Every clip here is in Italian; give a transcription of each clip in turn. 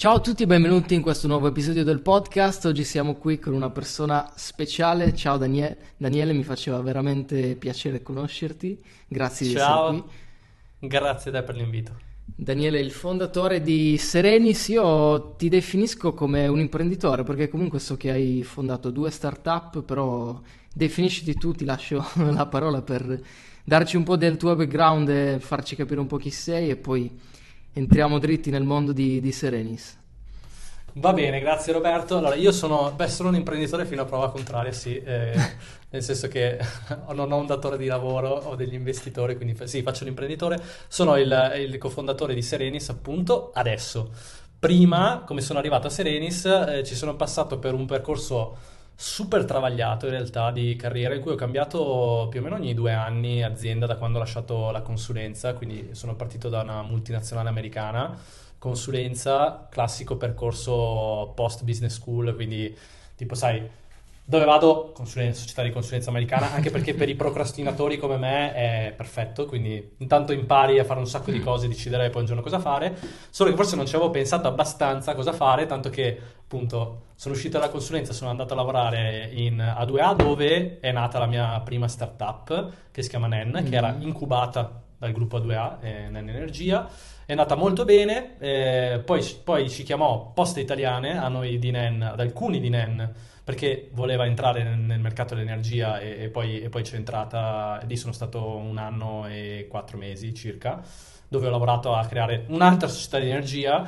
Ciao a tutti e benvenuti in questo nuovo episodio del podcast. Oggi siamo qui con una persona speciale. Ciao Daniele, mi faceva veramente piacere conoscerti. Grazie di essere qui. Ciao, grazie a te per l'invito. Daniele è il fondatore di Serenis. Io ti definisco come un imprenditore perché comunque so che hai fondato 2 startup, però definisciti tu, ti lascio la parola per darci un po' del tuo background e farci capire un po' chi sei e poi entriamo dritti nel mondo di Serenis. Va bene, grazie Roberto. Allora, io sono un imprenditore fino a prova contraria, sì, nel senso che non ho un datore di lavoro, ho degli investitori, quindi sì, faccio l'imprenditore. Sono il cofondatore di Serenis, appunto, adesso. Prima, come sono arrivato a Serenis, ci sono passato per un percorso super travagliato in realtà di carriera in cui ho cambiato più o meno ogni 2 anni azienda da quando ho lasciato la consulenza, quindi sono partito da una multinazionale americana, consulenza, classico percorso post business school, quindi tipo sai, dove vado? Consulenza, società di consulenza americana, anche perché per i procrastinatori come me è perfetto, quindi intanto impari a fare un sacco di cose, deciderai poi un giorno cosa fare, solo che forse non ci avevo pensato abbastanza a cosa fare, tanto che appunto sono uscito dalla consulenza, sono andato a lavorare in A2A dove è nata la mia prima startup che si chiama NEN, che era incubata dal gruppo A2A, NEN Energia, è andata molto bene, poi ci chiamò Poste Italiane a noi di NEN, ad alcuni di NEN, perché voleva entrare nel mercato dell'energia e poi c'è entrata, e lì sono stato 1 anno e 4 mesi circa, dove ho lavorato a creare un'altra società di energia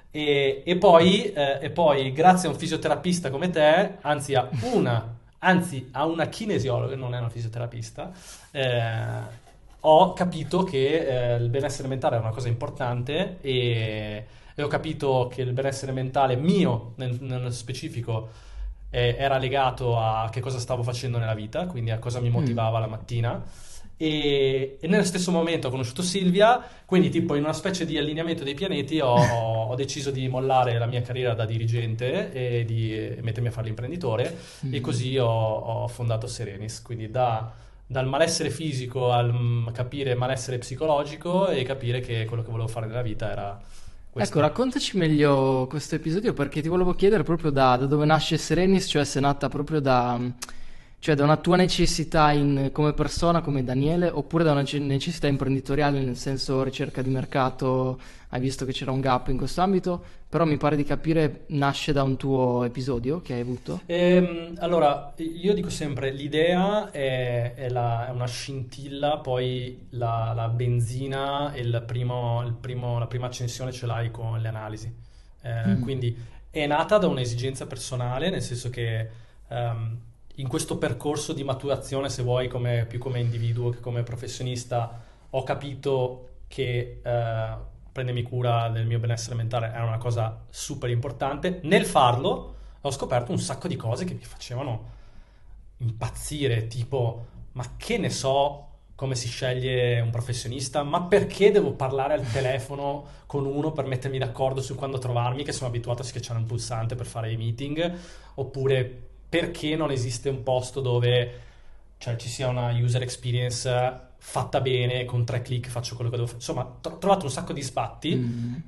e poi grazie a un fisioterapista come te, anzi a una kinesiologa, non è una fisioterapista, ho capito che il benessere mentale è una cosa importante e ho capito che il benessere mentale mio, nello specifico, era legato a che cosa stavo facendo nella vita, quindi a cosa mi motivava la mattina. E nello stesso momento ho conosciuto Silvia, quindi tipo in una specie di allineamento dei pianeti ho deciso di mollare la mia carriera da dirigente e di mettermi a fare l'imprenditore e così ho fondato Serenis, quindi dal malessere fisico al capire malessere psicologico e capire che quello che volevo fare nella vita era Ecco, questo. raccontaci meglio questo episodio perché ti volevo chiedere proprio da dove nasce Serenis, cioè se è nata proprio cioè da una tua necessità come persona, come Daniele, oppure da una necessità imprenditoriale, nel senso ricerca di mercato, hai visto che c'era un gap in questo ambito, però mi pare di capire nasce da un tuo episodio che hai avuto. Allora, io dico sempre, l'idea è una scintilla, poi la benzina e la prima accensione ce l'hai con le analisi. Quindi è nata da un'esigenza personale, nel senso che in questo percorso di maturazione, se vuoi, più come individuo che come professionista, ho capito che prendermi cura del mio benessere mentale era una cosa super importante. Nel farlo ho scoperto un sacco di cose che mi facevano impazzire, tipo, ma che ne so come si sceglie un professionista, ma perché devo parlare al telefono con uno per mettermi d'accordo su quando trovarmi, che sono abituato a schiacciare un pulsante per fare i meeting, oppure perché non esiste un posto dove cioè, ci sia una user experience fatta bene, con 3 click faccio quello che devo fare. Insomma, ho trovato un sacco di sbatti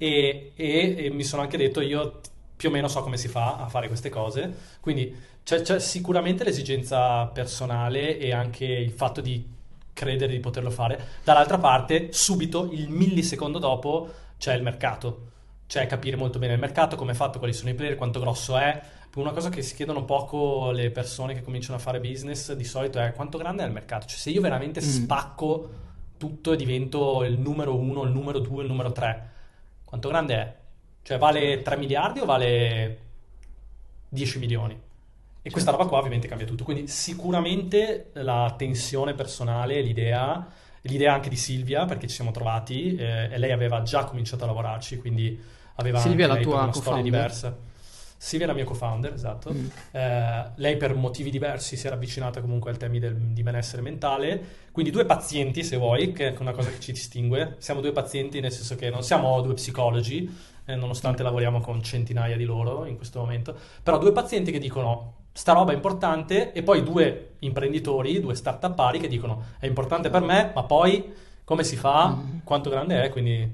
e mi sono anche detto io più o meno so come si fa a fare queste cose, quindi c'è sicuramente l'esigenza personale e anche il fatto di credere di poterlo fare. Dall'altra parte, subito, il millisecondo dopo, c'è il mercato, cioè capire molto bene il mercato, come è fatto, quali sono i player, quanto grosso è. Una cosa che si chiedono poco le persone che cominciano a fare business di solito è quanto grande è il mercato, cioè se io veramente spacco tutto e divento il numero 1, il numero 2, il numero 3, quanto grande è? Cioè vale 3 miliardi o vale 10 milioni? E questa roba Certo. qua ovviamente cambia tutto. Quindi sicuramente la tensione personale, l'idea anche di Silvia, perché ci siamo trovati e lei aveva già cominciato a lavorarci, quindi aveva Silvia è anche la lei per tua una storia co-founder? diversa. Silvia è la mia co-founder, esatto. Lei per motivi diversi si era avvicinata comunque al tema di benessere mentale. Quindi 2 pazienti, se vuoi, che è una cosa che ci distingue. Siamo 2 pazienti nel senso che non siamo 2 psicologi, nonostante lavoriamo con centinaia di loro in questo momento, però 2 pazienti che dicono sta roba è importante e poi 2 imprenditori, 2 startupari che dicono è importante per me, ma poi come si fa, quanto grande è, quindi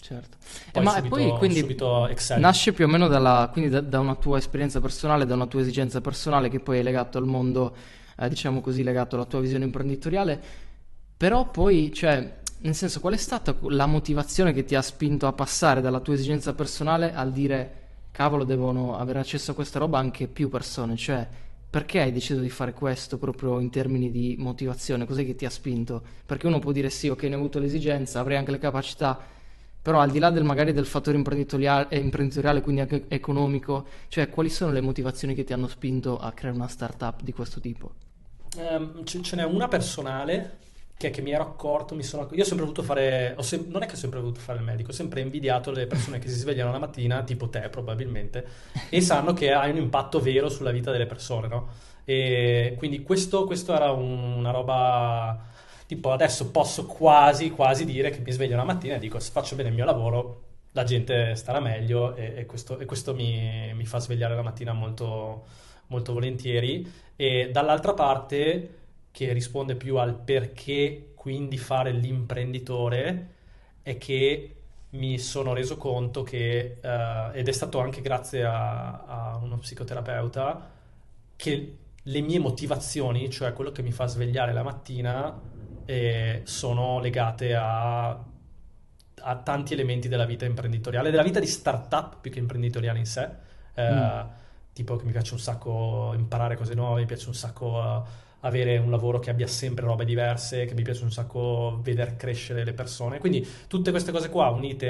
certo. Poi Ma e poi subito, quindi subito Excel. nasce più o meno quindi da una tua esperienza personale, da una tua esigenza personale che poi è legato al mondo, diciamo così, legato alla tua visione imprenditoriale, però poi, cioè, nel senso, qual è stata la motivazione che ti ha spinto a passare dalla tua esigenza personale al dire, cavolo, devono avere accesso a questa roba anche più persone, cioè, perché hai deciso di fare questo proprio in termini di motivazione? Cos'è che ti ha spinto? Perché uno può dire sì, ok, ne ho avuto l'esigenza, avrei anche le capacità, però al di là magari del fattore imprenditoriale, quindi anche economico, cioè quali sono le motivazioni che ti hanno spinto a creare una startup di questo tipo? Ce n'è una personale che mi ero accorto, io ho sempre voluto fare, non è che ho sempre voluto fare il medico, ho sempre invidiato le persone che si svegliano la mattina, tipo te probabilmente, e sanno che hai un impatto vero sulla vita delle persone, no? E quindi questo era una roba, tipo adesso posso quasi dire che mi sveglio la mattina e dico se faccio bene il mio lavoro, la gente starà meglio e questo mi fa svegliare la mattina molto, molto volentieri. E dall'altra parte, che risponde più al perché quindi fare l'imprenditore, è che mi sono reso conto che, ed è stato anche grazie a uno psicoterapeuta, che le mie motivazioni, cioè quello che mi fa svegliare la mattina, sono legate a tanti elementi della vita imprenditoriale, della vita di startup più che imprenditoriale in sé. Mm. Tipo che mi piace un sacco imparare cose nuove, mi piace un sacco avere un lavoro che abbia sempre robe diverse, che mi piace un sacco veder crescere le persone. Quindi tutte queste cose qua unite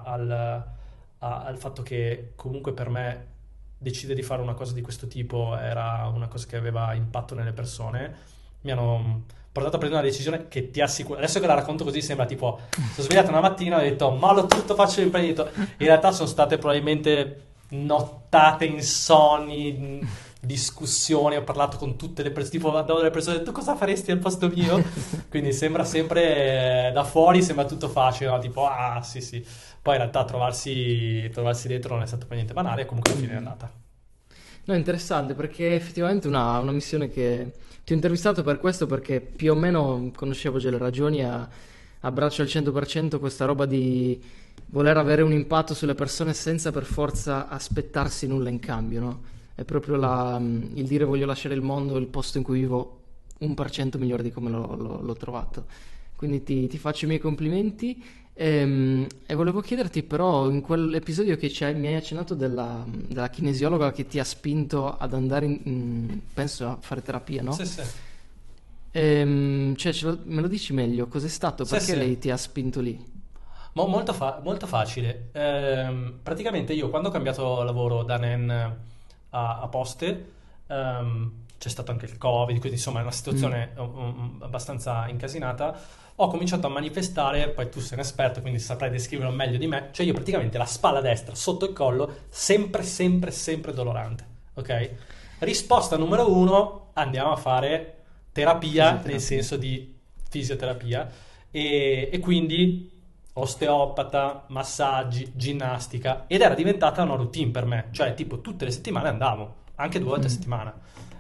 al fatto che comunque per me decidere di fare una cosa di questo tipo era una cosa che aveva impatto nelle persone, mi hanno portato a prendere una decisione che ti assicuro. Adesso che la racconto così sembra tipo, sono svegliato una mattina e ho detto mollo tutto, faccio l'imprenditore. In realtà sono state probabilmente nottate insonni, discussioni, ho parlato con tutte le persone, tipo andavo dalle persone e ho detto tu cosa faresti al posto mio? Quindi sembra sempre, da fuori sembra tutto facile, no? Tipo ah sì sì, poi in realtà trovarsi dentro non è stato per niente banale e comunque alla fine è andata. No, è interessante perché è effettivamente una missione che ti ho intervistato per questo perché più o meno conoscevo già le ragioni e abbraccio al 100% questa roba di voler avere un impatto sulle persone senza per forza aspettarsi nulla in cambio, no? È proprio il dire voglio lasciare il mondo, il posto in cui vivo 1% migliore di come l'ho trovato. Quindi ti faccio i miei complimenti. E volevo chiederti però in quell'episodio che mi hai accennato della kinesiologa che ti ha spinto ad andare penso a fare terapia, no? Sì sì. Cioè, me lo dici meglio? Cos'è stato? Sì, Perché sì. lei ti ha spinto lì? Molto facile. Praticamente io quando ho cambiato lavoro da NEN a Poste, c'è stato anche il Covid, quindi insomma è una Mm, situazione abbastanza incasinata. Ho cominciato a manifestare, poi tu sei un esperto, quindi saprai descriverlo meglio di me. Cioè io praticamente la spalla destra sotto il collo, sempre, sempre, sempre dolorante. Ok? Risposta numero uno, andiamo a fare terapia, nel fisioterapia. senso di fisioterapia, e quindi osteopata, massaggi, ginnastica, ed era diventata una routine per me, cioè tipo tutte le settimane andavo, anche 2 volte a Mm, settimana.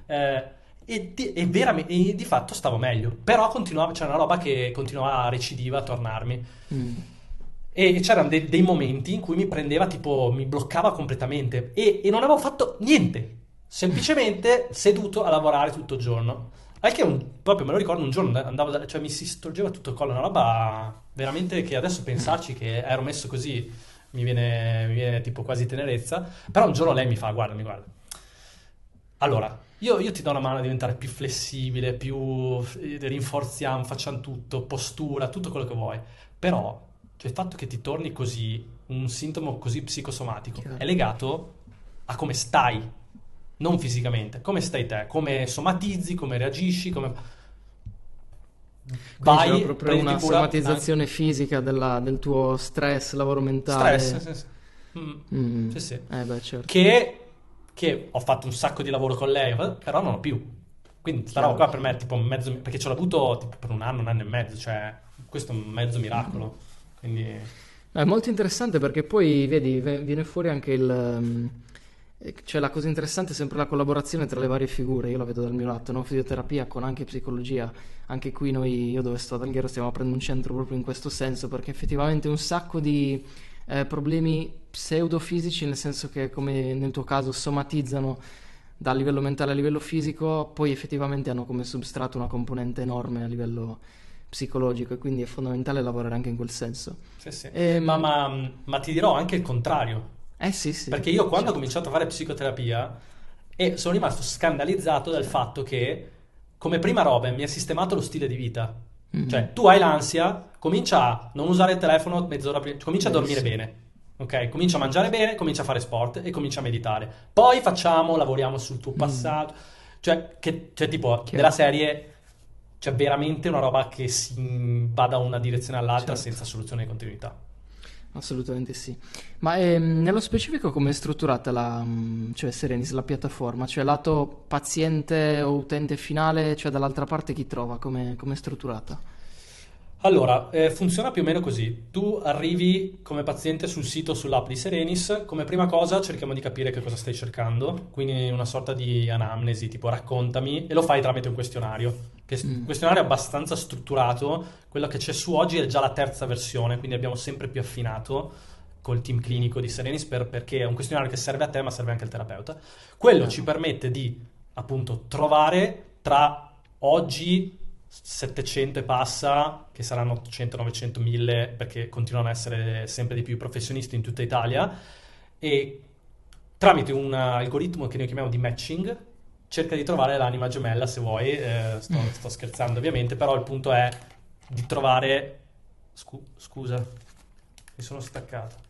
E di fatto stavo meglio, però continuava, c'era una roba che continuava recidiva a tornarmi. mm, E c'erano dei momenti in cui mi prendeva, tipo, mi bloccava completamente e non avevo fatto niente, semplicemente seduto a lavorare tutto il giorno. Anche proprio me lo ricordo, un giorno andavo, cioè mi si storgeva tutto il collo, una roba veramente che adesso pensarci che ero messo così mi viene tipo quasi tenerezza. Però un giorno lei mi fa, guarda, mi guarda. Allora, io ti do una mano a diventare più flessibile, rinforziamo, facciamo tutto, postura, tutto quello che vuoi. Però, cioè, il fatto che ti torni così, un sintomo così psicosomatico, è chiaro. legato a come stai, non fisicamente. Come stai te, come somatizzi, come reagisci, come... Quindi c'era Vai, proprio prenditi una cura anche... somatizzazione fisica del tuo stress, lavoro Stress, mentale. sì, sì. Mm, Mm, sì, sì. beh, certo, Che ho fatto un sacco di lavoro con lei, però non ho più. Quindi sta roba chiaro, qua per me è chiaro. tipo mezzo, perché ce l'ho avuto tipo per un anno e mezzo, cioè questo è un mezzo miracolo. Quindi No, è molto interessante perché poi, vedi, viene fuori anche Cioè la cosa interessante è sempre la collaborazione tra le varie figure, io la vedo dal mio lato, no? Fisioterapia con anche psicologia, anche qui io dove sto ad Alghero stiamo aprendo un centro proprio in questo senso, perché effettivamente un sacco di problemi pseudofisici, nel senso che come nel tuo caso somatizzano da livello mentale a livello fisico, poi effettivamente hanno come substrato una componente enorme a livello psicologico e quindi è fondamentale lavorare anche in quel senso. Sì, sì. Ehm, Ma ti dirò anche il contrario. sì, sì, Perché io quando ho certo. cominciato a fare psicoterapia e sono rimasto scandalizzato dal fatto che come prima roba mi ha sistemato lo stile di vita. Mhm. Cioè, tu hai l'ansia, comincia a non usare il telefono mezz'ora prima, comincia a dormire Verissimo. bene. Ok? Comincia a mangiare bene, comincia a fare sport e comincia a meditare. Poi lavoriamo sul tuo Mm, passato. Cioè, tipo, della chiaro, serie, cioè veramente una roba che va da una direzione all'altra certo. senza soluzione di continuità. Assolutamente sì. Ma nello specifico come è strutturata cioè Serenis, la piattaforma? Cioè lato paziente o utente finale, cioè dall'altra parte chi trova? Come è strutturata? Allora, funziona più o meno così. Tu arrivi come paziente sul sito, sull'app di Serenis, come prima cosa cerchiamo di capire che cosa stai cercando, quindi una sorta di anamnesi, tipo raccontami, e lo fai tramite un questionario, un Mm, questionario abbastanza strutturato, quello che c'è su oggi è già la terza versione, quindi abbiamo sempre più affinato col team ok, clinico di Serenis perché è un questionario che serve a te ma serve anche al terapeuta. Quello ci chiaro. permette di appunto trovare tra oggi 700 e passa, che saranno 800, 900, 1000, perché continuano a essere sempre di più professionisti in tutta Italia, e tramite un algoritmo che noi chiamiamo di matching, cerca di trovare l'anima gemella se vuoi, sto scherzando ovviamente, però il punto è di trovare... scusa, mi sono staccato.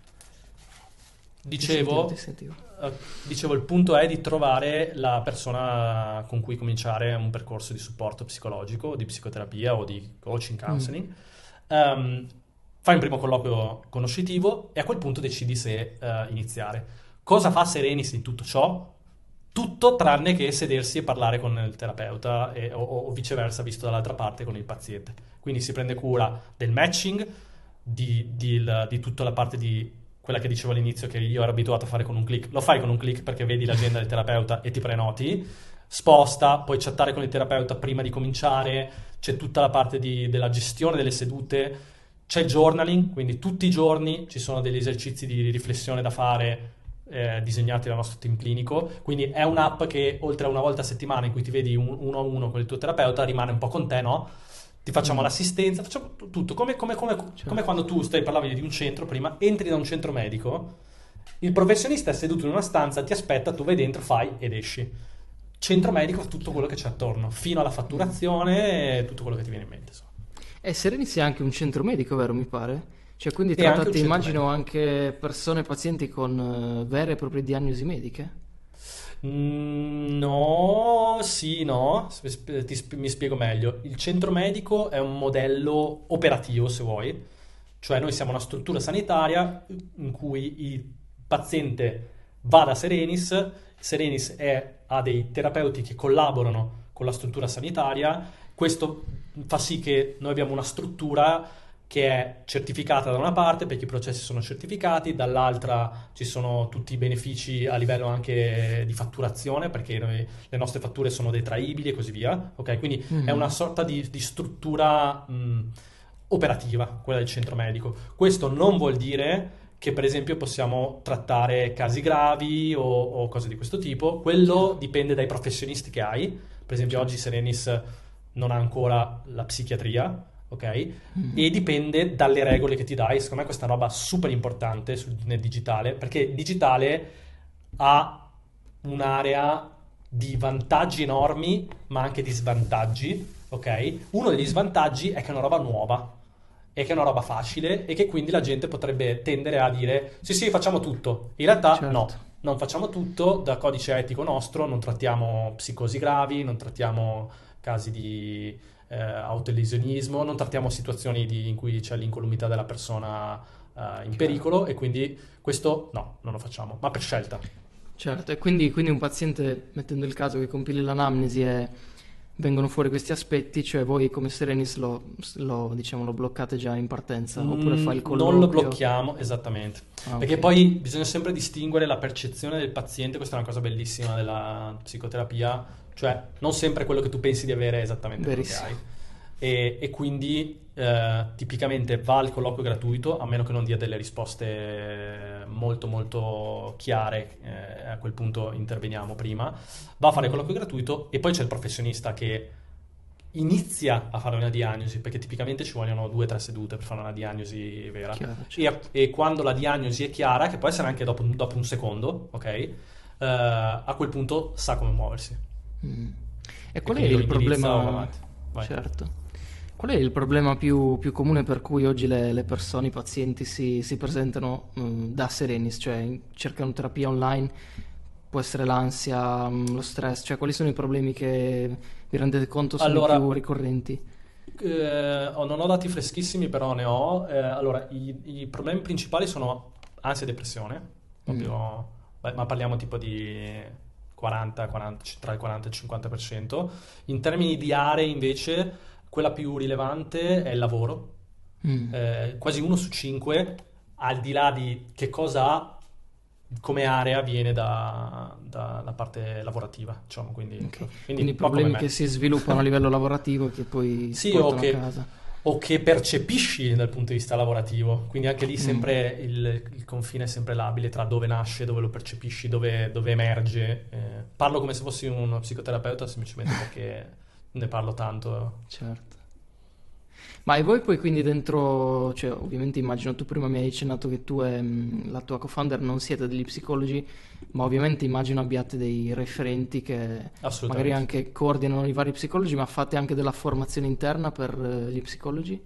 Ti Dicevo, sentivo. dicevo, il punto è di trovare la persona con cui cominciare un percorso di supporto psicologico, di psicoterapia o di coaching, Mm, counseling. Ehm, Fai un primo colloquio conoscitivo e a quel punto decidi se iniziare. Cosa fa Serenis in tutto ciò? Tutto tranne che sedersi e parlare con il terapeuta o viceversa, visto dall'altra parte con il paziente. Quindi si prende cura del matching, di tutta la parte di quella che dicevo all'inizio che io ero abituato a fare con un click. Lo fai con un click perché vedi l'agenda del terapeuta e ti prenoti. Sposta, puoi chattare con il terapeuta prima di cominciare, c'è tutta la parte della gestione delle sedute, c'è il journaling, quindi tutti i giorni ci sono degli esercizi di riflessione da fare disegnati dal nostro team clinico. Quindi è un'app che oltre a una volta a settimana in cui ti vedi uno a uno con il tuo terapeuta, rimane un po' con te, no? Ti facciamo mm, l'assistenza, facciamo tutto, come certo. quando tu parlavi di un centro prima, entri da un centro medico, il professionista è seduto in una stanza, ti aspetta, tu vai dentro, fai ed esci. Centro medico, tutto quello Chiaro. che c'è attorno, fino alla Mm. fatturazione, e tutto quello che ti viene in mente, insomma. E Serenis è anche un centro medico, vero, mi pare? Cioè quindi E anche un trattate, centro immagino, medico. anche persone, pazienti con vere e proprie diagnosi mediche? No, sì, no, mi spiego meglio. Il centro medico è un modello operativo, se vuoi, cioè noi siamo una struttura sanitaria in cui il paziente va da Serenis, ha dei terapeuti che collaborano con la struttura sanitaria, questo fa sì che noi abbiamo una struttura che è certificata da una parte perché i processi sono certificati, dall'altra ci sono tutti i benefici a livello anche di fatturazione perché le nostre fatture sono detraibili e così via. Ok, quindi è una Mhm, sorta di struttura operativa, quella del centro medico. Questo non vuol dire che per esempio possiamo trattare casi gravi o cose di questo tipo, quello chiaro, dipende dai professionisti che hai. Per esempio oggi certo. Serenis non ha ancora la psichiatria, ok? Mhm, E dipende dalle regole che ti dai. Secondo me questa è una roba super importante nel digitale, perché il digitale ha un'area di vantaggi enormi, ma anche di svantaggi, ok? Uno degli svantaggi è che è una roba nuova e che è una roba facile e che quindi la gente potrebbe tendere a dire sì, sì, facciamo tutto. In realtà certo. no, non facciamo tutto, da codice etico nostro non trattiamo psicosi gravi, non trattiamo casi di autolesionismo, non trattiamo situazioni in cui c'è l'incolumità della persona in Chiaro. pericolo e quindi questo no, non lo facciamo, ma per scelta. Certo, e quindi un paziente, mettendo il caso che compili l'anamnesi e vengono fuori questi aspetti, cioè voi come Serenis diciamo, lo bloccate già in partenza, oppure fai il colloquio? Non lo blocchiamo, esattamente. Perché Ok. poi bisogna sempre distinguere la percezione del paziente, questa è una cosa bellissima della psicoterapia, cioè non sempre quello che tu pensi di avere è esattamente quello che Verissimo. hai. E quindi tipicamente va al colloquio gratuito, a meno che non dia delle risposte molto molto chiare, a quel punto interveniamo prima, va a fare il colloquio gratuito e poi c'è il professionista che inizia a fare una diagnosi, perché tipicamente ci vogliono 2 o 3 sedute per fare una diagnosi vera. Chiaro, E, certo. e quando la diagnosi è chiara, che può essere anche dopo un secondo, ok? A quel punto sa come muoversi Mm. E e qual è quindi lo il indirizza o va problema? avanti. Vai. Certo. Qual è il problema più comune per cui oggi le persone, i pazienti si presentano da Serenis, cioè cercano terapia online? Può essere l'ansia, lo stress, cioè quali sono i problemi che vi rendete conto sono i più Allora, ricorrenti? non ho dati freschissimi, però ne ho. Allora, i problemi principali sono ansia e depressione, Mm. proprio, beh, ma parliamo tipo di 40, tra il 40 e il 50%. In termini di aree, invece, quella più rilevante è il lavoro. Mm. Quasi 1 su 5, al di là di che cosa ha come area, viene da parte lavorativa, diciamo, Ok, quindi quindi un po' come problemi che me. si sviluppano a livello lavorativo e che poi si Sì, o portano a che, casa. o che percepisci dal punto di vista lavorativo, quindi anche lì Mm. sempre il confine è sempre labile tra dove nasce, dove lo percepisci, dove emerge. Parlo come se fossi uno psicoterapeuta semplicemente perché ne parlo tanto. Certo. Ma e voi poi quindi dentro, cioè ovviamente immagino tu prima mi hai accennato che tu e la tua co-founder non siete degli psicologi, ma ovviamente immagino abbiate dei referenti che magari Assolutamente. anche coordinano i vari psicologi, ma fate anche della formazione interna per gli psicologi?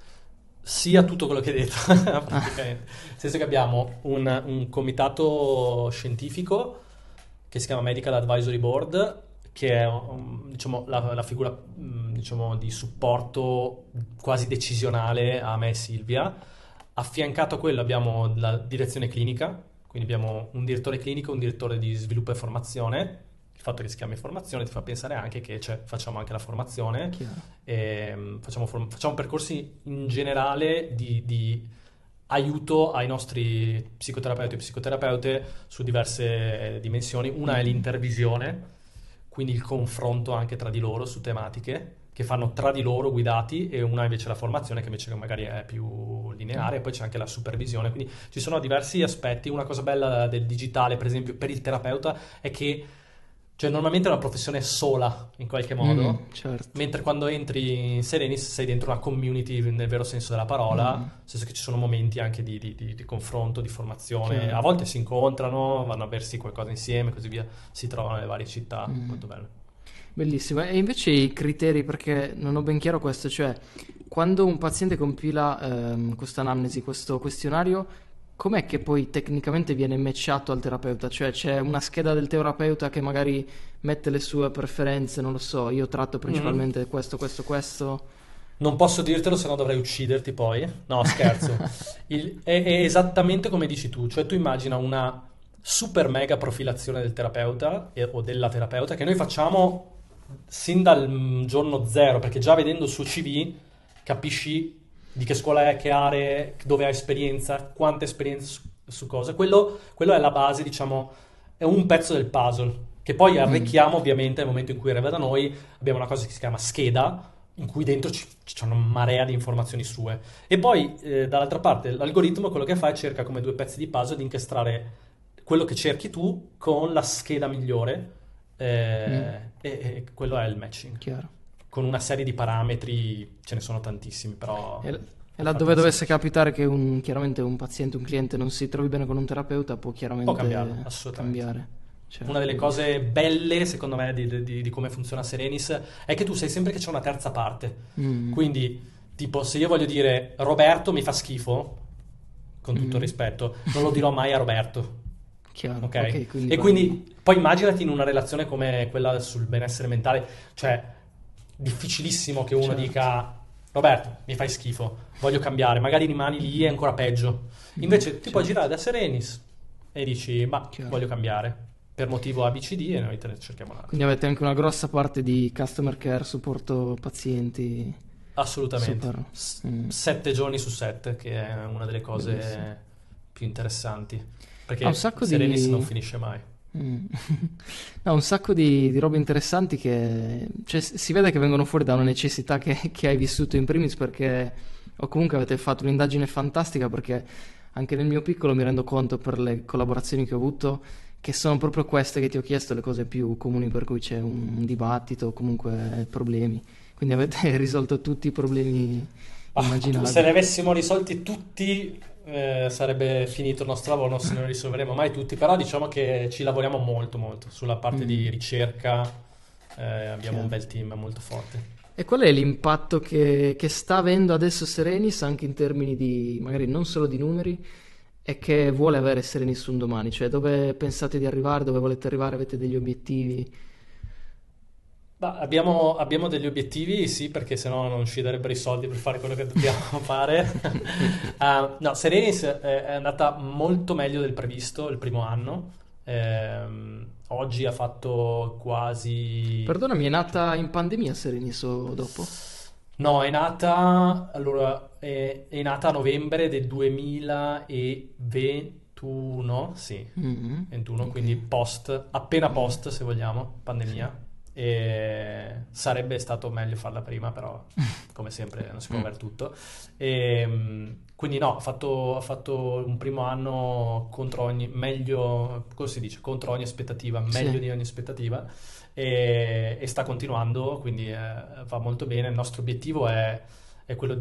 Sia tutto quello che hai detto, Ah, praticamente. Nel senso che abbiamo un comitato scientifico che si chiama Medical Advisory Board, che è diciamo, la figura diciamo, di supporto quasi decisionale a me e Silvia. Affiancato a quello abbiamo la direzione clinica, quindi abbiamo un direttore clinico, un direttore di sviluppo e formazione. Il fatto che si chiami formazione ti fa pensare anche che facciamo anche la formazione chiaro. e facciamo percorsi in generale di aiuto ai nostri psicoterapeuti e psicoterapeute su diverse dimensioni. Una è Mhm. l'intervisione, quindi il confronto anche tra di loro su tematiche che fanno tra di loro guidati, e una invece la formazione che invece magari è più lineare, e poi c'è anche la supervisione. Quindi ci sono diversi aspetti. Una cosa bella del digitale, per esempio, per il terapeuta è che cioè, normalmente è una professione sola in qualche modo, Certo. mentre quando entri in Serenis sei dentro una community nel vero senso della parola, nel Mm, senso che ci sono momenti anche di confronto, di formazione. A chiaro. volte si incontrano, vanno a bersi qualcosa insieme, così via, si trovano nelle varie città, Mm. molto bello. Bellissimo. E invece i criteri, perché non ho ben chiaro questo, cioè quando un paziente compila questa anamnesi, questo questionario, com'è che poi tecnicamente viene matchato al terapeuta? Cioè c'è una scheda del terapeuta che magari mette le sue preferenze, non lo so, io tratto Mhm. principalmente questo, questo, questo. Non posso dirtelo, se no dovrei ucciderti poi. No, scherzo. È esattamente come dici tu, cioè tu immagina una super mega profilazione del terapeuta o della terapeuta che noi facciamo sin dal giorno zero, perché già vedendo il suo CV capisci di che scuola è, che aree, dove ha esperienza, quanta esperienza su cosa. Quello è la base, diciamo, è un pezzo del puzzle, che poi Mm, arricchiamo ovviamente nel momento in cui arriva da noi. Abbiamo una cosa che si chiama scheda, in cui dentro c'è una marea di informazioni sue. E poi, dall'altra parte, l'algoritmo quello che fa è cerca come 2 pezzi di puzzle di incastrare quello che cerchi tu con la scheda migliore, mm, e quello è il matching. chiaro. Con una serie di parametri, ce ne sono tantissimi, però E per laddove fartela dovesse semplice. capitare che chiaramente un paziente, un cliente non si trovi bene con un terapeuta, può Può cambiarlo, chiaramente assolutamente. cambiare. Una Certo, delle bellissimo. cose belle, secondo me, di come funziona Serenis è che tu sai sempre che c'è una terza parte. Mm, Quindi, tipo, se io voglio dire Roberto mi fa schifo, con tutto il mm. rispetto, non lo dirò mai a Roberto. Chiaro, Ok? ok, quindi E quindi poi immaginati in una relazione come quella sul benessere mentale, cioè difficilissimo che uno certo. dica Roberto, mi fai schifo, voglio cambiare, magari rimani lì e ancora peggio. Mm, Invece ti puoi certo, girare da Serenis e dici ma chiaro. voglio cambiare. per motivo ABCD e noi te ne cerchiamo un altro. Quindi avete anche una grossa parte di customer care, supporto pazienti. Assolutamente. Super. Mm, 7 giorni su 7, che è una delle bellissimo. cose più interessanti, Ha un perché sacco Serenis non di... finisce mai. Mm. Ha un sacco di robe interessanti che... Cioè, si vede che vengono fuori da una necessità che hai vissuto in primis perché... O comunque avete fatto un'indagine fantastica perché anche nel mio piccolo mi rendo conto per le collaborazioni che ho avuto che sono proprio queste che ti ho chiesto le cose più comuni per cui c'è un dibattito o comunque problemi. Quindi avete risolto tutti i problemi Se ne immaginabili. avessimo risolti tutti, sarebbe finito il nostro lavoro, non se ne risolveremo mai tutti, però diciamo che ci lavoriamo molto molto sulla parte di Mm, ricerca, abbiamo un chiaro. bel team molto forte. E qual è l'impatto che sta avendo adesso Serenis anche in termini di, magari non solo di numeri, e che vuole avere Serenis un domani? Cioè dove pensate di arrivare, dove volete arrivare, avete degli obiettivi? Ma abbiamo degli obiettivi, sì, perché sennò non ci darebbero i soldi per fare quello che dobbiamo fare. No, Serenis è andata molto meglio del previsto il primo anno. Oggi ha fatto quasi... Perdonami, è nata in pandemia Serenis o dopo? No, è nata, allora, è nata a novembre del 2021, sì, Mm, 21, ok. quindi appena Mm, post, se vogliamo, sì. pandemia. E sarebbe stato meglio farla prima, però come sempre non si può Mm, avere tutto. E, quindi no, ha fatto un primo anno contro ogni, meglio, come si dice, contro ogni aspettativa, sì, meglio di ogni aspettativa e sta continuando, quindi va molto bene. Il nostro obiettivo è quello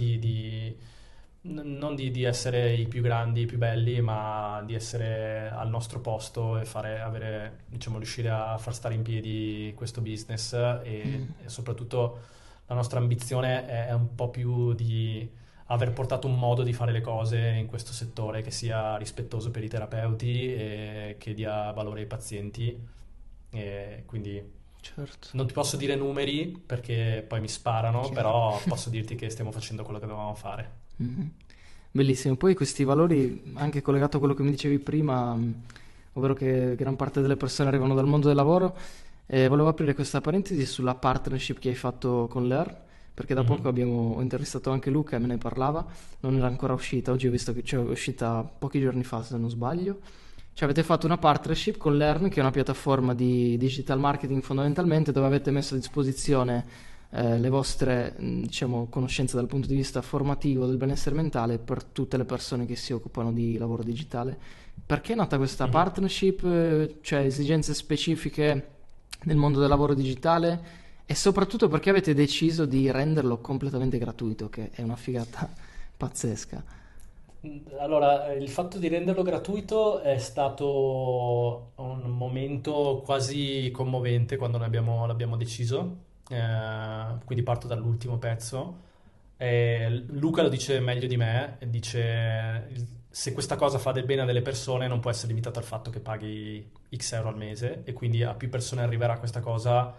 non di essere i più grandi, i più belli, ma di essere al nostro posto e diciamo, riuscire a far stare in piedi questo business mm, e soprattutto la nostra ambizione è un po' più di aver portato un modo di fare le cose in questo settore che sia rispettoso per i terapeuti e che dia valore ai pazienti. E quindi certo. non ti posso dire numeri perché poi mi sparano, Chiaro. però posso dirti che stiamo facendo quello che dovevamo fare. Mhm. Bellissimo. Poi questi valori, anche collegato a quello che mi dicevi prima, ovvero che gran parte delle persone arrivano dal mondo del lavoro, volevo aprire questa parentesi sulla partnership che hai fatto con Learn, perché da poco Mhm. ho intervistato anche Luca e me ne parlava, non era ancora uscita, oggi ho visto che cioè, è uscita pochi giorni fa se non sbaglio. Cioè avete fatto una partnership con Learn, che è una piattaforma di digital marketing fondamentalmente, dove avete messo a disposizione le vostre, diciamo, conoscenze dal punto di vista formativo del benessere mentale per tutte le persone che si occupano di lavoro digitale. Perché è nata questa Mhm. partnership? Cioè esigenze specifiche nel mondo del lavoro digitale? E soprattutto perché avete deciso di renderlo completamente gratuito, che è una figata pazzesca. Allora, il fatto di renderlo gratuito è stato un momento quasi commovente quando l'abbiamo deciso. Quindi parto dall'ultimo pezzo. Luca lo dice meglio di me, e dice se questa cosa fa del bene a delle persone non può essere limitata al fatto che paghi X euro al mese e quindi a più persone arriverà questa cosa,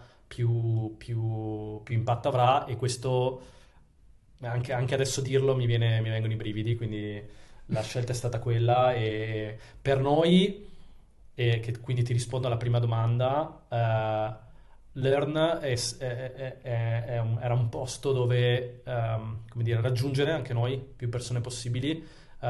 più impatto avrà e questo anche adesso dirlo mi vengono i brividi, quindi la scelta è stata quella e per noi, e che quindi ti rispondo alla prima domanda, Learn era un posto dove come dire, raggiungere anche noi più persone possibili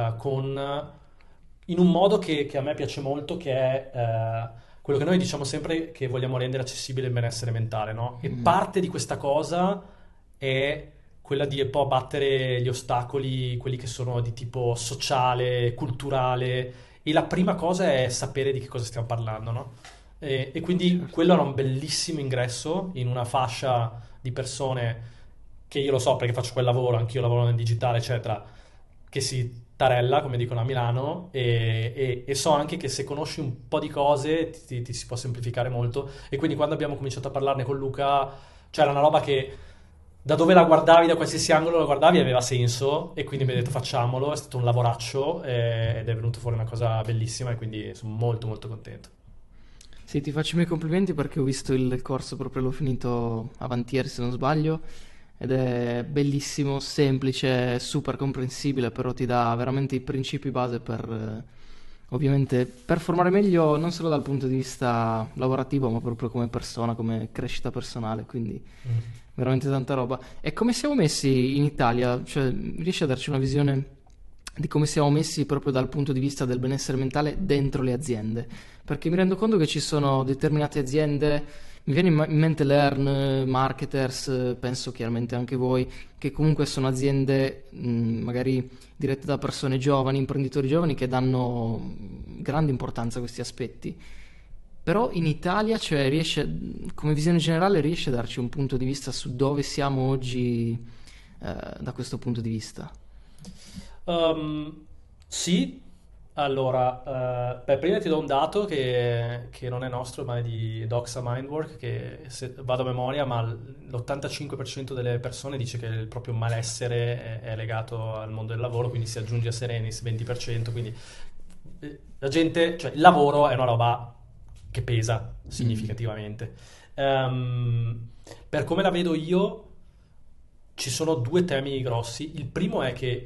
in un modo che a me piace molto, che è quello che noi diciamo sempre che vogliamo rendere accessibile il benessere mentale, no? E Mm, parte di questa cosa è quella di un po' battere gli ostacoli, quelli che sono di tipo sociale, culturale, e la prima cosa è sapere di che cosa stiamo parlando, no? E quindi certo. quello era un bellissimo ingresso in una fascia di persone che io lo so perché faccio quel lavoro, anch'io lavoro nel digitale, eccetera, che si tarella, come dicono a Milano, e so anche che se conosci un po' di cose ti si può semplificare molto. E quindi quando abbiamo cominciato a parlarne con Luca, c'era una roba che da dove la guardavi, da qualsiasi angolo la guardavi, aveva senso, e quindi mi ha detto Mhm. facciamolo, è stato un lavoraccio ed è venuto fuori una cosa bellissima e quindi sono molto molto contento. Sì, ti faccio i miei complimenti perché ho visto il corso proprio, l'ho finito avanti ieri se non sbaglio, ed è bellissimo, semplice, super comprensibile, però ti dà veramente i principi base per ovviamente performare meglio non solo dal punto di vista lavorativo, ma proprio come persona, come crescita personale, quindi Mm. veramente tanta roba. E come siamo messi in Italia? Cioè, riesci a darci una visione di come siamo messi proprio dal punto di vista del benessere mentale dentro le aziende? Perché mi rendo conto che ci sono determinate aziende, mi viene in mente Learn, Marketers, penso chiaramente anche voi, che comunque sono aziende magari dirette da persone giovani, imprenditori giovani che danno grande importanza a questi aspetti. Però in Italia, cioè, come visione generale, riesce a darci un punto di vista su dove siamo oggi da questo punto di vista? Um, sì, allora, beh, prima ti do un dato che non è nostro, ma è di Doxa Mindwork, che se vado a memoria, ma l'85% delle persone dice che il proprio malessere è legato al mondo del lavoro, quindi si aggiunge a Serenis 20%, quindi la gente, cioè il lavoro è una roba che pesa Mm. significativamente. Per come la vedo io, ci sono due temi grossi. Il primo è che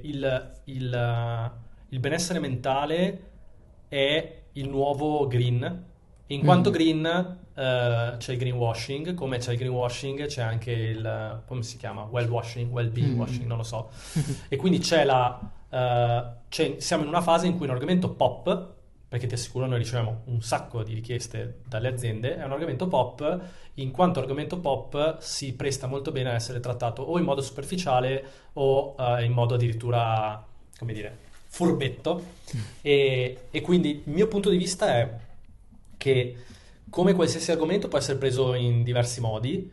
il benessere mentale è il nuovo green. In quanto Mhm. green, c'è il greenwashing, come c'è il greenwashing, c'è anche come si chiama? Well washing, well-being washing, Mhm. non lo so. E quindi siamo in una fase in cui un argomento pop, perché ti assicuro noi riceviamo un sacco di richieste dalle aziende, è un argomento pop, in quanto argomento pop si presta molto bene a essere trattato o in modo superficiale o in modo addirittura, come dire, furbetto. E quindi il mio punto di vista è che come qualsiasi argomento può essere preso in diversi modi,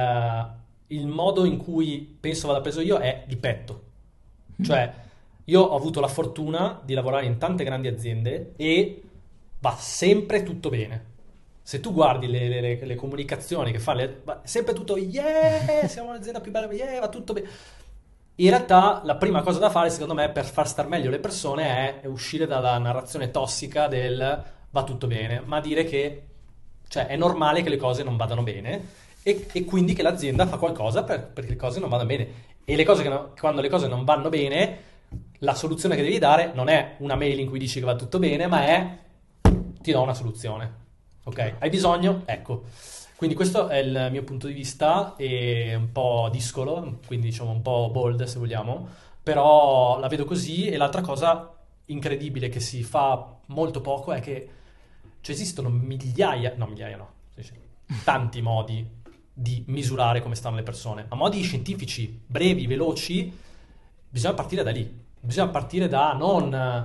il modo in cui penso vada preso io è di petto. Cioè, io ho avuto la fortuna di lavorare in tante grandi aziende e va sempre tutto bene. Se tu guardi le comunicazioni che fa, va sempre tutto, yeah, siamo l'azienda più bella, yeah, va tutto bene. In realtà la prima cosa da fare, secondo me, per far star meglio le persone è uscire dalla narrazione tossica del va tutto bene, ma dire che cioè, è normale che le cose non vadano bene e quindi che l'azienda fa qualcosa perché le cose non vadano bene. E quando le cose non vanno bene, la soluzione che devi dare non è una mail in cui dici che va tutto bene, ma è ti do una soluzione. Ok? Chiaro. Hai bisogno? Ecco. Quindi questo è il mio punto di vista, e un po' discolo, quindi diciamo un po' bold se vogliamo, però la vedo così. E l'altra cosa incredibile che si fa molto poco è che esistono migliaia no, sì, sì, tanti modi di misurare come stanno le persone, a modi scientifici, brevi, veloci. Bisogna partire da lì, bisogna partire da non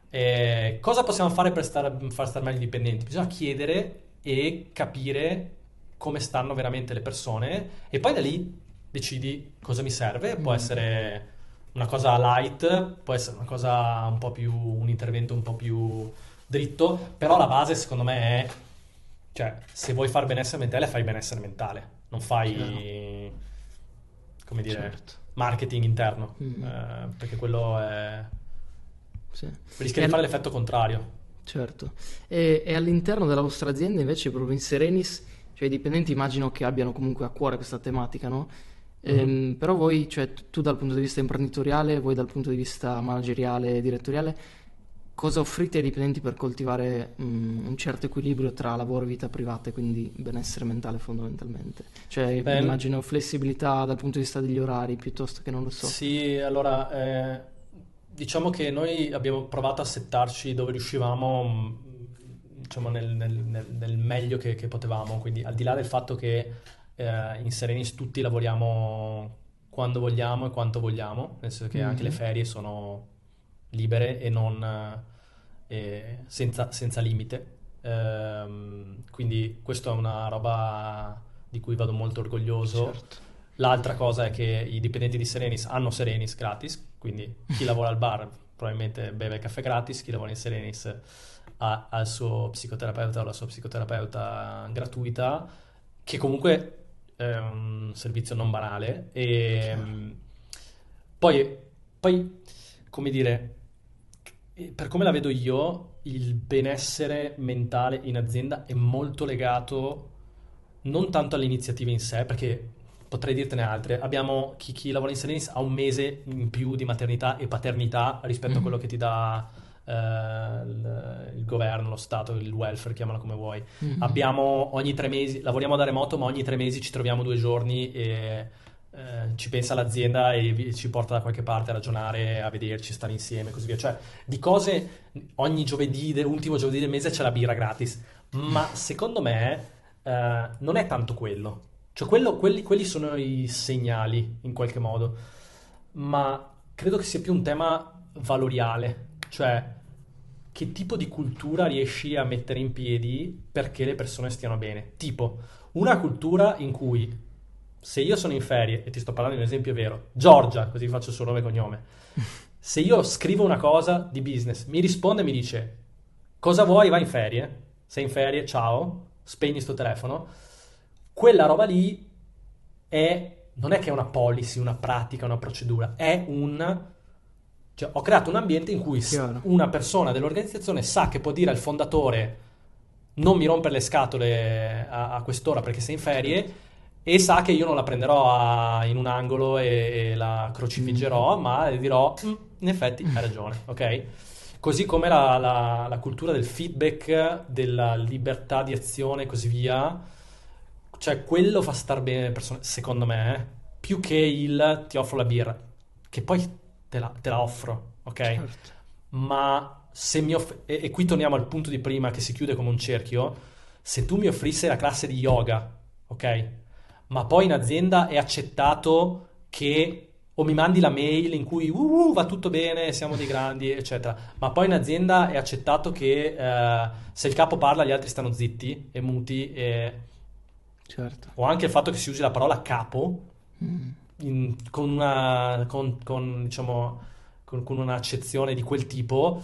cosa possiamo fare per far stare meglio i dipendenti, bisogna chiedere e capire come stanno veramente le persone e poi da lì decidi cosa mi serve. Può Mm. essere una cosa light, può essere una cosa un po' più, un intervento un po' più dritto, però la base secondo me è, cioè, se vuoi fare benessere mentale, fai benessere mentale, non Chiaro, fai, come dire, certo. marketing interno, Mm. perché quello è, Sì. rischia E di al- fare l'effetto contrario. certo. E all'interno della vostra azienda invece, proprio in Serenis, cioè i dipendenti immagino che abbiano comunque a cuore questa tematica, no? Mhm. Però voi, cioè tu dal punto di vista imprenditoriale, voi dal punto di vista manageriale e direttoriale, cosa offrite ai dipendenti per coltivare un certo equilibrio tra lavoro e vita privata e quindi benessere mentale fondamentalmente? Cioè Beh, immagino flessibilità dal punto di vista degli orari piuttosto che non lo so. sì, allora, diciamo che noi abbiamo provato a settarci dove riuscivamo, diciamo, nel meglio che potevamo, quindi al di là del fatto che in Serenis tutti lavoriamo quando vogliamo e quanto vogliamo, nel senso che anche le Mhm. ferie sono libere e non senza limite. Quindi questa è una roba di cui vado molto orgoglioso. Certo. L'altra cosa è che i dipendenti di Serenis hanno Serenis gratis, quindi chi lavora al bar probabilmente beve il caffè gratis, chi lavora in Serenis ha il suo psicoterapeuta o la sua psicoterapeuta gratuita, che comunque è un servizio non banale. E Chiaro. poi, poi, come dire, per come la vedo io, il benessere mentale in azienda è molto legato non tanto alle iniziative in sé, perché potrei dirtene altre. Abbiamo chi lavora in Serenis ha un mese in più di maternità e paternità rispetto a quello Mhm. che ti dà il governo, lo Stato, il welfare, chiamalo come vuoi. Mhm. Abbiamo ogni 3 mesi, lavoriamo da remoto, ma ogni 3 mesi ci troviamo 2 giorni e ci pensa l'azienda e ci porta da qualche parte a ragionare, a vederci, stare insieme e così via. Cioè, di cose, ogni giovedì, ultimo giovedì del mese c'è la birra gratis. Ma secondo me non è tanto quello. Cioè, quelli sono i segnali, in qualche modo. Ma credo che sia più un tema valoriale. Cioè, che tipo di cultura riesci a mettere in piedi perché le persone stiano bene? Tipo, una cultura in cui se io sono in ferie, e ti sto parlando di un esempio vero, Giorgia, così faccio il suo nome e cognome, se io scrivo una cosa di business, mi risponde e mi dice cosa vuoi, vai in ferie, sei in ferie, ciao, spegni sto telefono, quella roba lì non è che è una policy, una pratica, una procedura, cioè, ho creato un ambiente in cui Chiaro. una persona dell'organizzazione sa che può dire al fondatore non mi rompere le scatole a quest'ora perché sei in ferie e sa che io non la prenderò in un angolo e la crocifiggerò, ma le dirò in effetti hai ragione, ok? Così come la cultura del feedback, della libertà di azione e così via, cioè quello fa star bene le persone, secondo me, più che il ti offro la birra, che poi te la offro, ok? Certo. Ma se e qui torniamo al punto di prima che si chiude come un cerchio, se tu mi offrissi la classe di yoga, ok? Ma poi in azienda è accettato che o mi mandi la mail in cui va tutto bene, siamo dei grandi, eccetera. Ma poi in azienda è accettato che se il capo parla gli altri stanno zitti e muti. Certo. O anche il fatto che si usi la parola capo Mm. con una, diciamo, con un'accezione di quel tipo,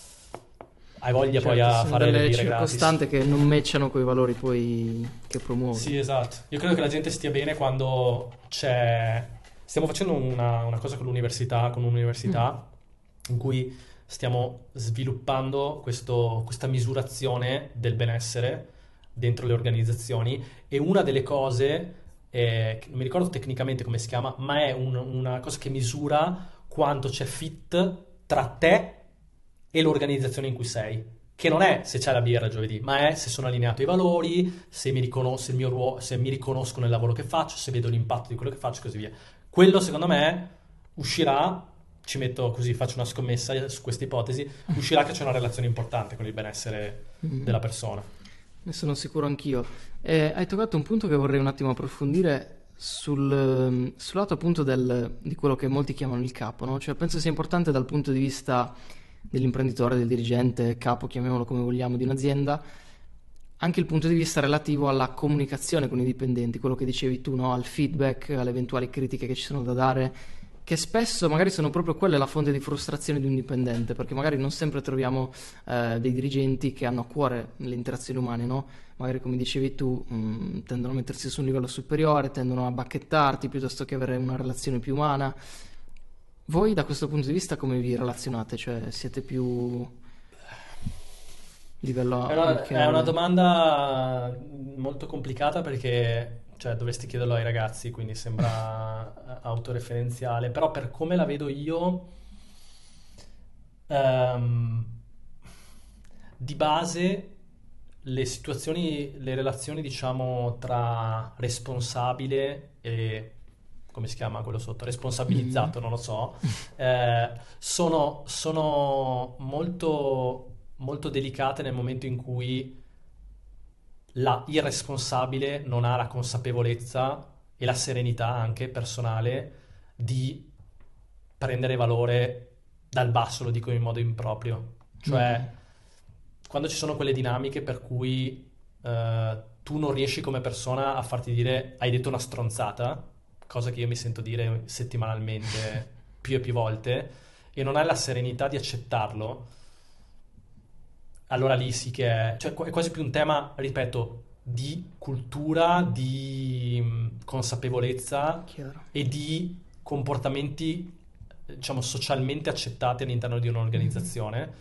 hai voglia poi Certo, a sono fare le delle birre gratis. circostanze che non matchano con i valori poi che promuovi. Sì, esatto. Io credo che la gente stia bene quando c'è. Stiamo facendo una cosa con un'università in cui stiamo sviluppando questa misurazione del benessere dentro le organizzazioni e una delle cose, che non mi ricordo tecnicamente come si chiama, ma è una cosa che misura quanto c'è fit tra te e l'organizzazione in cui sei. Che non è se c'è la birra giovedì, ma è se sono allineato ai valori, se mi riconosco il mio ruolo, se mi riconosco nel lavoro che faccio, se vedo l'impatto di quello che faccio e così via. Quello secondo me uscirà, ci metto così, faccio una scommessa su questa ipotesi, uscirà che c'è una relazione importante con il benessere Mm. della persona. Ne sono sicuro anch'io. Hai toccato un punto che vorrei un attimo approfondire sul lato appunto di quello che molti chiamano il capo, no? Cioè penso sia importante dal punto di vista dell'imprenditore, del dirigente, capo, chiamiamolo come vogliamo, di un'azienda, anche il punto di vista relativo alla comunicazione con i dipendenti, quello che dicevi tu, no? Al feedback, alle eventuali critiche che ci sono da dare, che spesso magari sono proprio quelle la fonte di frustrazione di un dipendente, perché magari non sempre troviamo dei dirigenti che hanno a cuore le interazioni umane, no? Magari come dicevi tu, tendono a mettersi su un livello superiore, tendono a bacchettarti piuttosto che avere una relazione più umana. Voi da questo punto di vista come vi relazionate? Cioè siete più livello È una amicale? domanda molto complicata perché, cioè, dovresti chiederlo ai ragazzi, quindi sembra autoreferenziale, però per come la vedo io, ehm, di base le relazioni, diciamo, tra responsabile e, come si chiama quello sotto? Mhm. Responsabilizzato, non lo so, sono molto, molto delicate nel momento in cui il responsabile non ha la consapevolezza e la serenità anche personale di prendere valore dal basso, lo dico in modo improprio. Mhm. Cioè, quando ci sono quelle dinamiche per cui tu non riesci come persona a farti dire hai detto una stronzata, cosa che io mi sento dire settimanalmente più e più volte, e non hai la serenità di accettarlo, allora lì sì che è quasi più un tema, ripeto, di cultura, di consapevolezza Chiaro. e di comportamenti, diciamo, socialmente accettati all'interno di Mhm. un'organizzazione.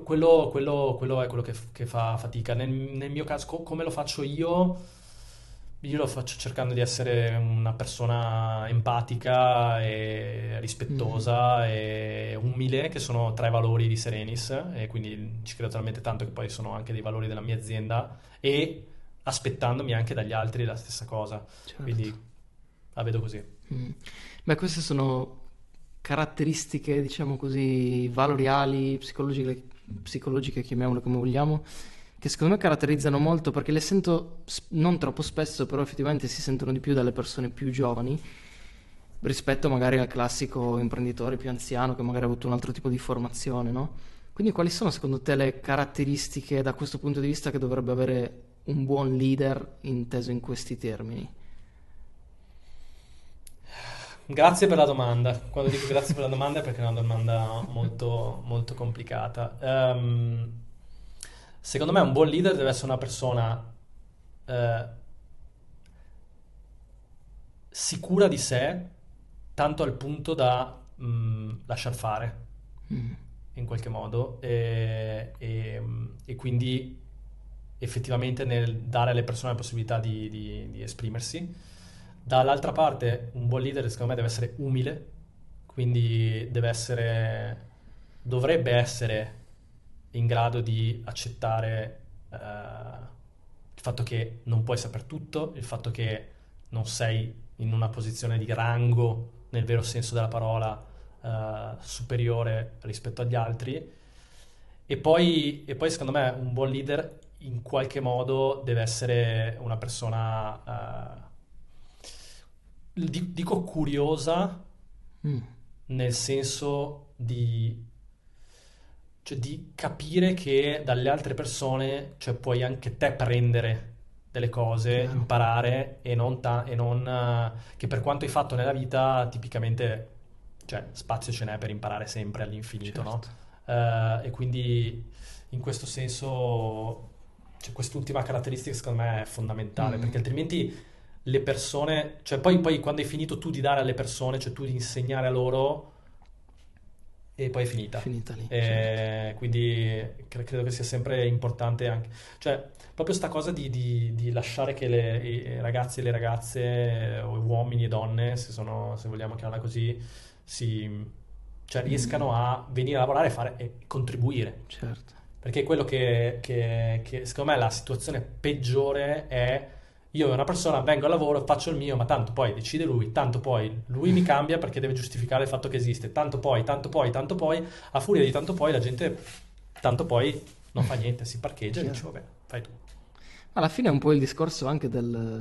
Quello è quello che fa fatica. Nel mio caso, come lo faccio io? io lo faccio cercando di essere una persona empatica e Mm, rispettosa e umile, che sono tre valori di Serenis, e quindi ci credo talmente tanto che poi sono anche dei valori della mia azienda, e aspettandomi anche dagli altri la stessa cosa. certo. Quindi la vedo così. Mm. Beh, queste sono caratteristiche, diciamo così, valoriali, psicologiche, chiamiamole come vogliamo, che secondo me caratterizzano molto perché le sento non troppo spesso, però effettivamente si sentono di più dalle persone più giovani rispetto magari al classico imprenditore più anziano che magari ha avuto un altro tipo di formazione, no? Quindi quali sono secondo te le caratteristiche da questo punto di vista che dovrebbe avere un buon leader inteso in questi termini? Grazie per la domanda. Quando dico grazie per la domanda è perché è una domanda molto, molto complicata. Secondo me un buon leader deve essere una persona eh, sicura di sé, tanto al punto da lasciar fare Mm, in qualche modo e quindi effettivamente nel dare alle persone la possibilità di esprimersi. Dall'altra parte, un buon leader secondo me deve essere umile, quindi dovrebbe essere in grado di accettare il fatto che non puoi saper tutto, il fatto che non sei in una posizione di rango nel vero senso della parola superiore rispetto agli altri. E poi secondo me un buon leader in qualche modo deve essere una persona, dico curiosa, mm, nel senso cioè di capire che dalle altre persone, cioè puoi anche te prendere delle cose, chiaro, imparare e non che per quanto hai fatto nella vita, tipicamente, cioè spazio ce n'è per imparare sempre all'infinito, no? certo. E quindi in questo senso, cioè, quest'ultima caratteristica secondo me è fondamentale, Mm, perché altrimenti le persone, cioè poi quando hai finito tu di dare alle persone, cioè tu di insegnare a loro, e poi è finita. finita lì, certo. Quindi credo che sia sempre importante anche, cioè proprio sta cosa di lasciare che i ragazzi e le ragazze, o uomini e donne, se vogliamo chiamarla così, cioè Mm, riescano a venire a lavorare e fare e contribuire. certo. Perché quello che secondo me la situazione peggiore è: io e una persona vengo al lavoro, faccio il mio, ma tanto poi decide lui, tanto poi lui mi cambia perché deve giustificare il fatto che esiste, tanto poi, tanto poi, tanto poi, a furia di tanto poi la gente, tanto poi non fa niente, si parcheggia e dice Chiaro. vabbè, fai tu. Alla fine è un po' il discorso anche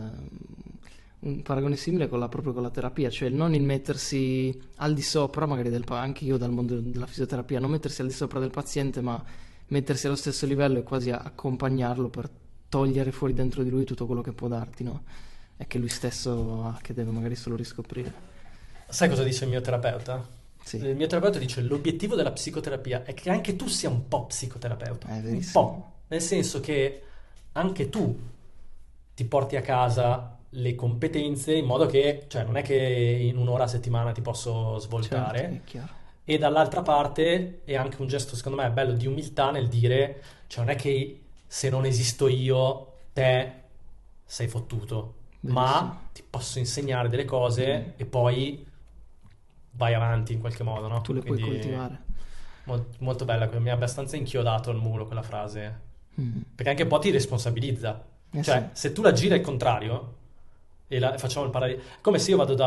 un paragone simile proprio con la terapia, cioè il non il mettersi al di sopra, magari anche io dal mondo della fisioterapia, non mettersi al di sopra del paziente, ma mettersi allo stesso livello e quasi accompagnarlo per togliere fuori dentro di lui tutto quello che può darti, no? E che lui stesso ha, che deve magari solo riscoprire. Sai cosa dice il mio terapeuta? Sì, Il mio terapeuta dice: l'obiettivo della psicoterapia è che anche tu sia un po' psicoterapeuta, è un verissimo. po', nel senso che anche tu ti porti a casa le competenze in modo che, cioè non è che in un'ora a settimana ti posso Certo, svoltare, è chiaro. e dall'altra parte è anche un gesto secondo me bello di umiltà nel dire, cioè non è che se non esisto io, te sei fottuto, Verissimo. ma ti posso insegnare delle Mm. cose e poi vai avanti in qualche modo, Tu no? le puoi Quindi coltivare. molto bella, mi ha abbastanza inchiodato al muro quella frase, Mm. perché anche un po' ti responsabilizza. Eh sì, Cioè, se tu la giri al contrario, facciamo il parallelo, è come se io vado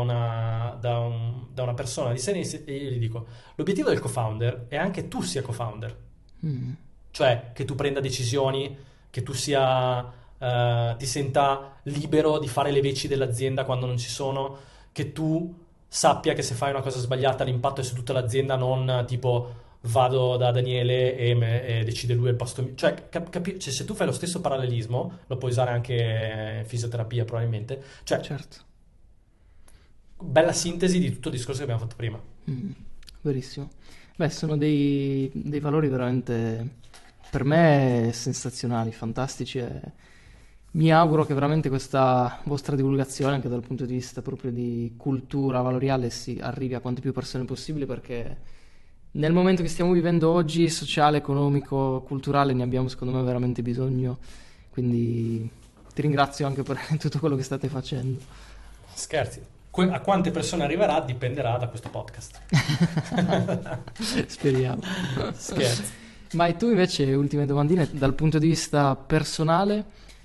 da una persona di Senis e io gli dico: l'obiettivo del co-founder è anche tu sia co-founder, mm. cioè che tu prenda decisioni, che tu ti senta libero di fare le veci dell'azienda quando non ci sono, che tu sappia che se fai una cosa sbagliata l'impatto è su tutta l'azienda, non tipo vado da Daniele e decide lui al posto mio. Cioè, cioè, se tu fai lo stesso parallelismo, lo puoi usare anche in fisioterapia probabilmente, cioè, Certo. bella sintesi di tutto il discorso che abbiamo fatto prima. Mm, verissimo. Beh, sono dei valori veramente per me sensazionali, fantastici e mi auguro che veramente questa vostra divulgazione, anche dal punto di vista proprio di cultura valoriale, si arrivi a quante più persone possibile perché nel momento che stiamo vivendo oggi, sociale, economico, culturale, ne abbiamo secondo me veramente bisogno. Quindi ti ringrazio anche per tutto quello che state facendo. Scherzi. A quante persone arriverà dipenderà da questo podcast. Speriamo. Scherzi. Ma e tu invece, ultime domandine, dal punto di vista personale,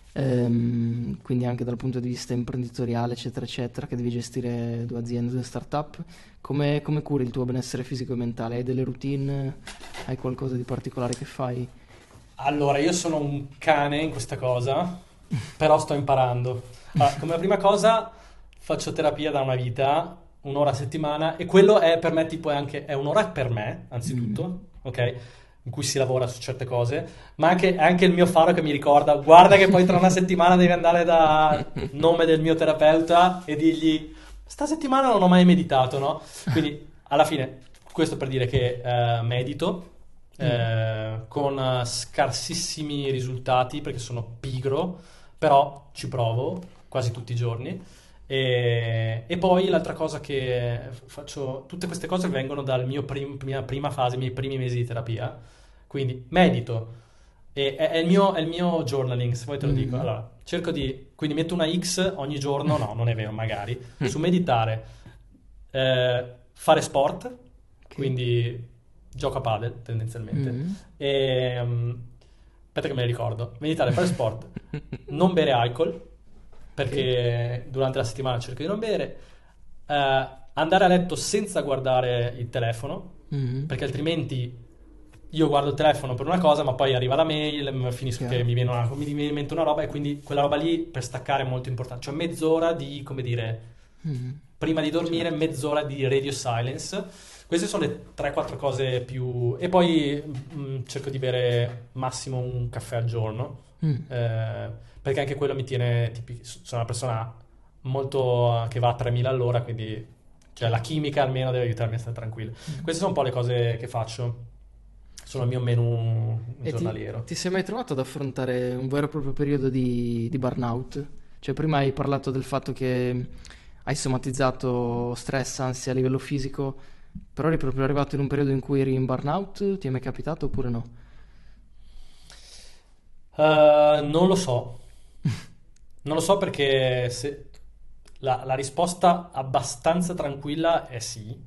quindi anche dal punto di vista imprenditoriale, eccetera, eccetera, che devi gestire 2 aziende, 2 startup, come curi il tuo benessere fisico e mentale? Hai delle routine? Hai qualcosa di particolare che fai? Allora, io sono un cane in questa cosa, però sto imparando. Allora, come prima cosa faccio terapia da una vita, 1 ora a settimana, e quello è per me tipo è 1 ora per me, anzitutto, ok? In cui si lavora su certe cose, ma è anche il mio faro che mi ricorda, guarda che poi tra una settimana devi andare da nome del mio terapeuta e dirgli, sta settimana non ho mai meditato, no? Quindi alla fine, questo per dire che medito, con scarsissimi risultati perché sono pigro, però ci provo quasi tutti i giorni. E poi l'altra cosa che faccio, tutte queste cose vengono dal mia prima fase, i miei primi mesi di terapia. Quindi medito, è il mio journaling, se vuoi te lo dico. Allora, quindi metto una X ogni giorno, no, non è vero, magari, su meditare, fare sport, quindi gioco a padel tendenzialmente, e, aspetta che me ne ricordo, meditare, fare sport, non bere alcol, perché durante la settimana cerco di non bere, andare a letto senza guardare il telefono, perché altrimenti io guardo il telefono per una cosa, ma poi arriva la mail, finisco che mi viene mi invento una roba, e quindi quella roba lì per staccare è molto importante. Cioè mezz'ora di, come dire, prima di dormire, mezz'ora di radio silence. Queste sono le 3-4 cose più... E poi cerco di bere massimo un caffè al giorno, perché anche quello mi tiene... sono una persona molto che va a 3000 all'ora, quindi cioè, la chimica almeno deve aiutarmi a stare tranquillo. Queste sono un po' le cose che faccio. Sono il mio menù giornaliero. Ti sei mai trovato ad affrontare un vero e proprio periodo di burnout? Cioè prima hai parlato del fatto che hai somatizzato stress, ansia a livello fisico, però eri proprio arrivato in un periodo in cui eri in burnout? Ti è mai capitato oppure no? Non lo so. Non lo so perché la risposta abbastanza tranquilla è sì.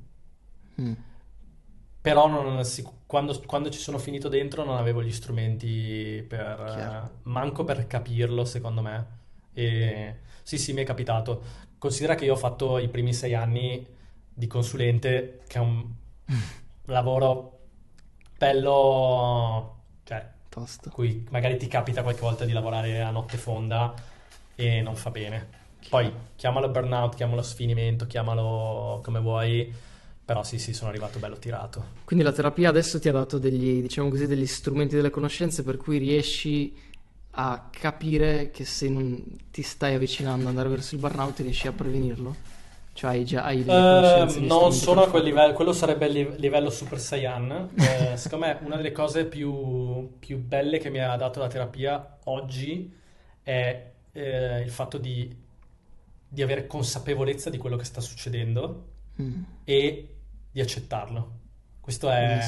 Però quando ci sono finito dentro non avevo gli strumenti manco per capirlo, secondo me. E sì, mi è capitato. Considera che io ho fatto i primi 6 anni di consulente, che è un lavoro bello, cioè, Tosto. cui magari ti capita qualche volta di lavorare a notte fonda e non fa bene. Poi chiamalo burnout, chiamalo sfinimento, chiamalo come vuoi. Però sì, sono arrivato bello tirato. Quindi la terapia adesso ti ha dato degli, diciamo così, degli strumenti, delle conoscenze per cui riesci a capire che se non ti stai avvicinando ad andare verso il burnout riesci a prevenirlo? Cioè hai delle conoscenze? Non sono a quel livello, quello sarebbe il livello Super Saiyan. Secondo me una delle cose più belle che mi ha dato la terapia oggi è il fatto di avere consapevolezza di quello che sta succedendo e di accettarlo. Questo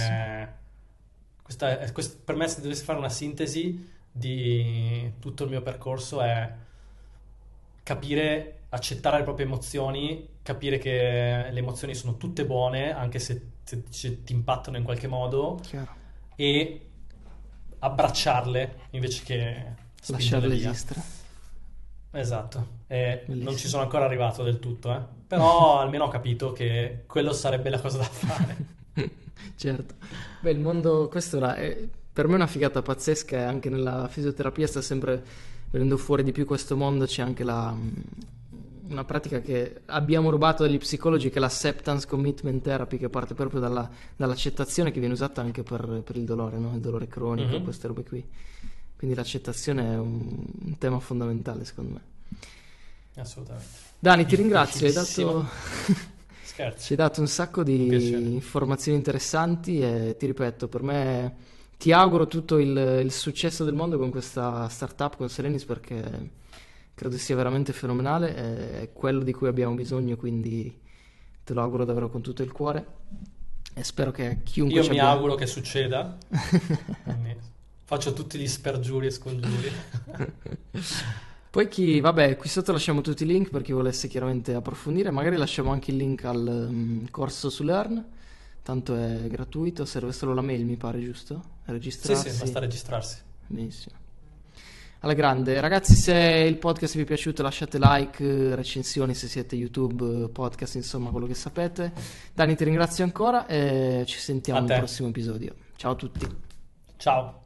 per me, se dovessi fare una sintesi di tutto il mio percorso, è capire, accettare le proprie emozioni, capire che le emozioni sono tutte buone, anche se ti impattano in qualche modo. Chiaro. E abbracciarle invece che Lasciarle via. esistere. Esatto, non ci sono ancora arrivato del tutto, però almeno ho capito che quello sarebbe la cosa da fare. Certo. Beh, il mondo, questo per me è una figata pazzesca, e anche nella fisioterapia sta sempre venendo fuori di più questo mondo. C'è anche una pratica che abbiamo rubato dagli psicologi, che è l'acceptance commitment therapy, che parte proprio dall'accettazione, che viene usata anche per il dolore, no? Il dolore cronico, queste robe qui. Quindi l'accettazione è un tema fondamentale, secondo me. Assolutamente. Dani, ti ringrazio, Scherzi. ci hai dato un sacco di informazioni interessanti, e ti ripeto, per me ti auguro tutto il successo del mondo con questa startup, con Serenis, perché credo sia veramente fenomenale, è quello di cui abbiamo bisogno, quindi te lo auguro davvero con tutto il cuore e spero che chiunque Io mi auguro che succeda. Faccio tutti gli spergiuri e scongiuri. Poi vabbè, qui sotto lasciamo tutti i link per chi volesse chiaramente approfondire, magari lasciamo anche il link al corso su Learn, tanto è gratuito, serve solo la mail mi pare, giusto? Sì, Registrarsi. basta registrarsi. Benissimo. Alla grande, ragazzi, se il podcast vi è piaciuto lasciate like, recensioni se siete YouTube, podcast, insomma quello che sapete. Dani, ti ringrazio ancora e ci A sentiamo nel te. prossimo episodio. Ciao a tutti. Ciao.